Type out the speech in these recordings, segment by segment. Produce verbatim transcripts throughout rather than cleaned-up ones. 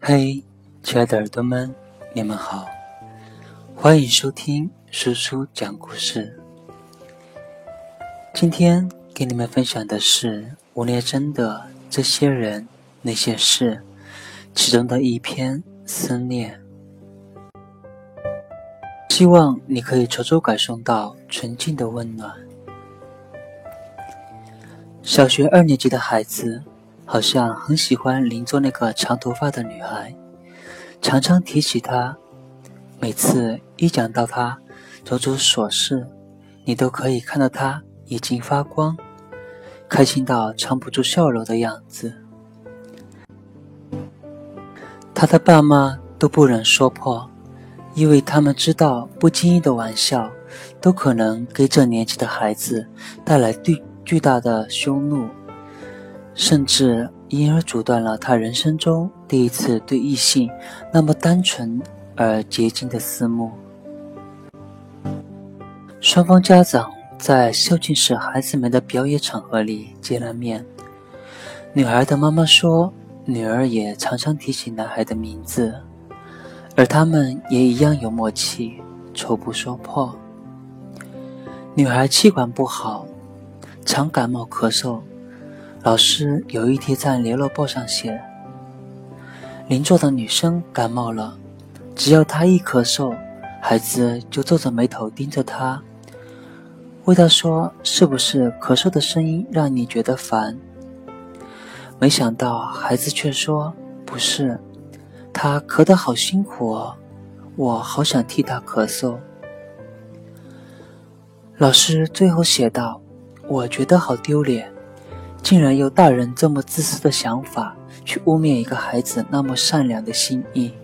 嘿，亲爱的耳朵们，你们好，欢迎收听叔叔讲故事。今天给你们分享的是吴念真的《这些人那些事》其中的一篇思念。希望你可以悄悄感受到纯净的温暖。小学二年级的孩子好像很喜欢邻座那个长头发的女孩，常常提起她，每次一讲到她种种琐事，你都可以看到她眼睛发光，开心到藏不住笑容的样子。她的爸妈都不忍说破，因为他们知道不经意的玩笑都可能给这年纪的孩子带来巨巨大的羞怒，甚至因而阻断了他人生中第一次对异性那么单纯而洁净的思慕。双方家长在校庆时孩子们的表演场合里见了面，女孩的妈妈说女儿也常常提起男孩的名字，而他们也一样有默契，丑不说破。女孩气管不好，常感冒咳嗽，老师有一天在联络簿上写，邻座的女生感冒了，只要她一咳嗽，孩子就皱着眉头盯着她，问她说是不是咳嗽的声音让你觉得烦？没想到孩子却说不是，她咳得好辛苦哦，我好想替她咳嗽。老师最后写道，我觉得好丢脸，竟然有大人这么自私的想法去污蔑一个孩子那么善良的心意。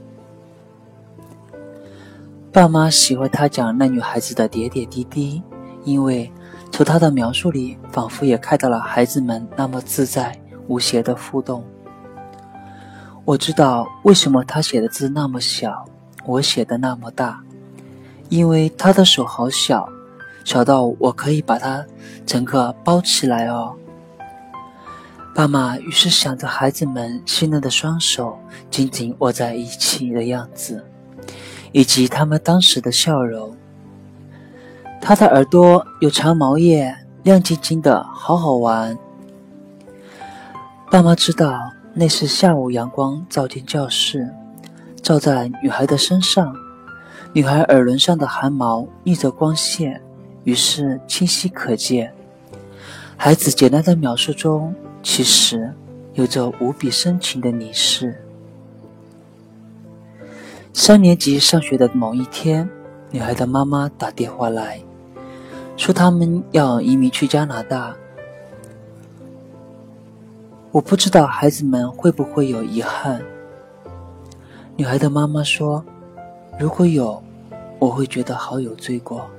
爸妈喜欢他讲那女孩子的点点滴滴，因为从他的描述里仿佛也看到了孩子们那么自在无邪的互动。我知道为什么他写的字那么小，我写的那么大，因为他的手好小，小到我可以把它整个包起来哦。爸妈于是想着孩子们细嫩的双手紧紧握在一起的样子，以及他们当时的笑容。他的耳朵有长毛叶，亮晶晶的，好好玩。爸妈知道那是下午阳光照进教室，照在女孩的身上，女孩耳轮上的汗毛逆着光线，于是清晰可见。孩子简单的描述中其实有着无比深情的凝视。三年级上学的某一天，女孩的妈妈打电话来，说他们要移民去加拿大。我不知道孩子们会不会有遗憾。女孩的妈妈说，如果有，我会觉得好有罪过。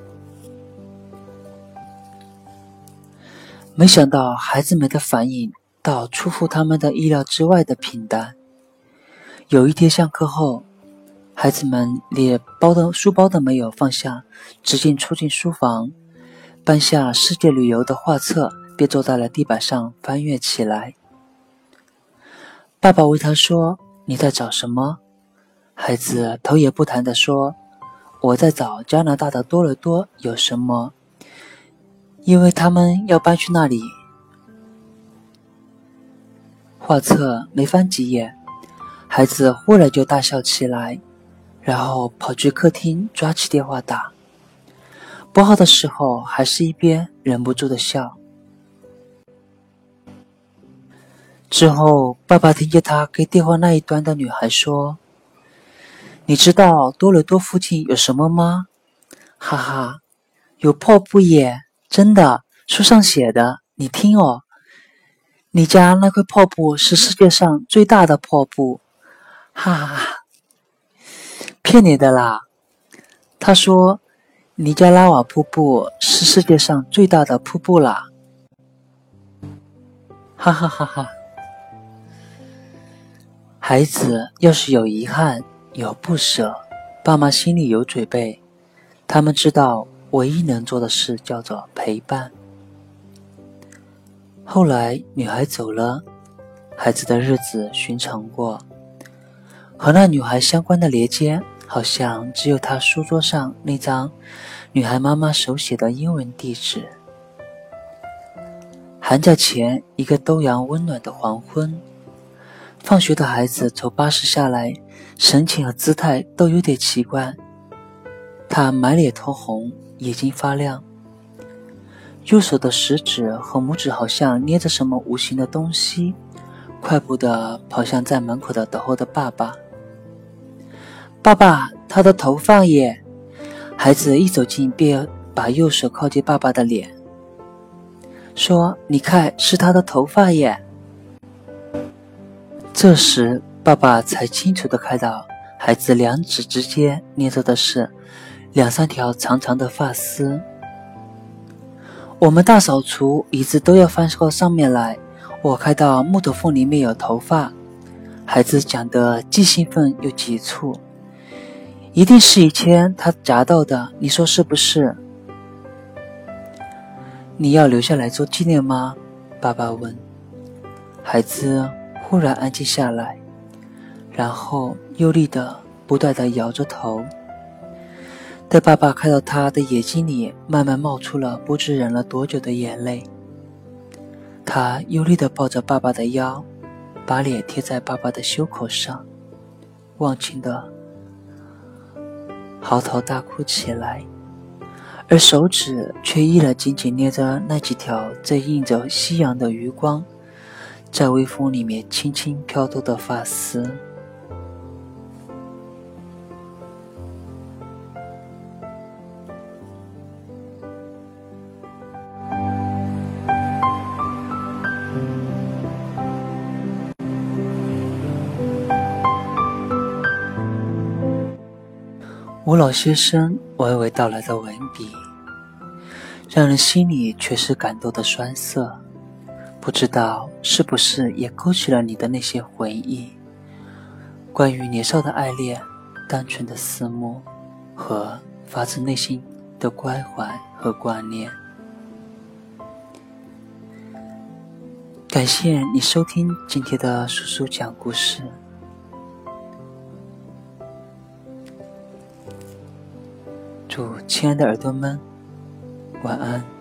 没想到孩子们的反应到出乎他们的意料之外的平淡。有一天上课后，孩子们连包的书包都没有放下，直接冲进书房，搬下世界旅游的画册，便坐在了地板上翻阅起来。爸爸问他说，你在找什么？孩子头也不抬地说，我在找加拿大的多伦多有什么，因为他们要搬去那里。画册没翻几眼，孩子忽然就大笑起来，然后跑去客厅抓起电话打，拨号的时候还是一边忍不住的笑。之后爸爸听见他给电话那一端的女孩说，你知道多伦多附近有什么吗？哈哈，有瀑布耶，真的，书上写的，你听哦，你家那块瀑布是世界上最大的瀑布。哈哈哈，骗你的啦。他说尼加拉瓦瀑布是世界上最大的瀑布啦。哈哈哈哈。孩子要是有遗憾有不舍，爸妈心里有准备，他们知道唯一能做的事叫做陪伴。后来女孩走了，孩子的日子寻常过， 和那女孩相关的连接，好像只有他书桌上那张女孩妈妈手写的英文地址。寒假前一个兜阳温暖的黄昏，放学的孩子从巴士下来，神情和姿态都有点奇怪。他满脸通红，眼睛发亮，右手的食指和拇指好像捏着什么无形的东西，快步地跑向在门口的等候的爸爸。爸爸，他的头发耶！孩子一走近便把右手靠近爸爸的脸，说：“你看，是他的头发耶！”这时爸爸才清楚地看到，孩子两指之间捏着的是两三条长长的发丝。我们大扫除，椅子都要翻到上面来，我看到木头缝里面有头发。孩子讲得既兴奋又急促，一定是以前他夹到的，你说是不是？你要留下来做纪念吗？爸爸问。孩子忽然安静下来，然后用力地不断地摇着头。待爸爸看到他的眼睛里慢慢冒出了不知忍了多久的眼泪，他用力地抱着爸爸的腰，把脸贴在爸爸的胸口上，忘情地嚎啕大哭起来，而手指却依然紧紧捏着那几条在映着夕阳的余光，在微风里面轻轻飘动的发丝。吴老先生娓娓道来的文笔，让人心里却是感动的酸涩。不知道是不是也勾起了你的那些回忆，关于年少的爱恋、单纯的思慕和发自内心的关怀和挂念。感谢你收听今天的叔叔讲故事。祝亲爱的耳朵们晚安。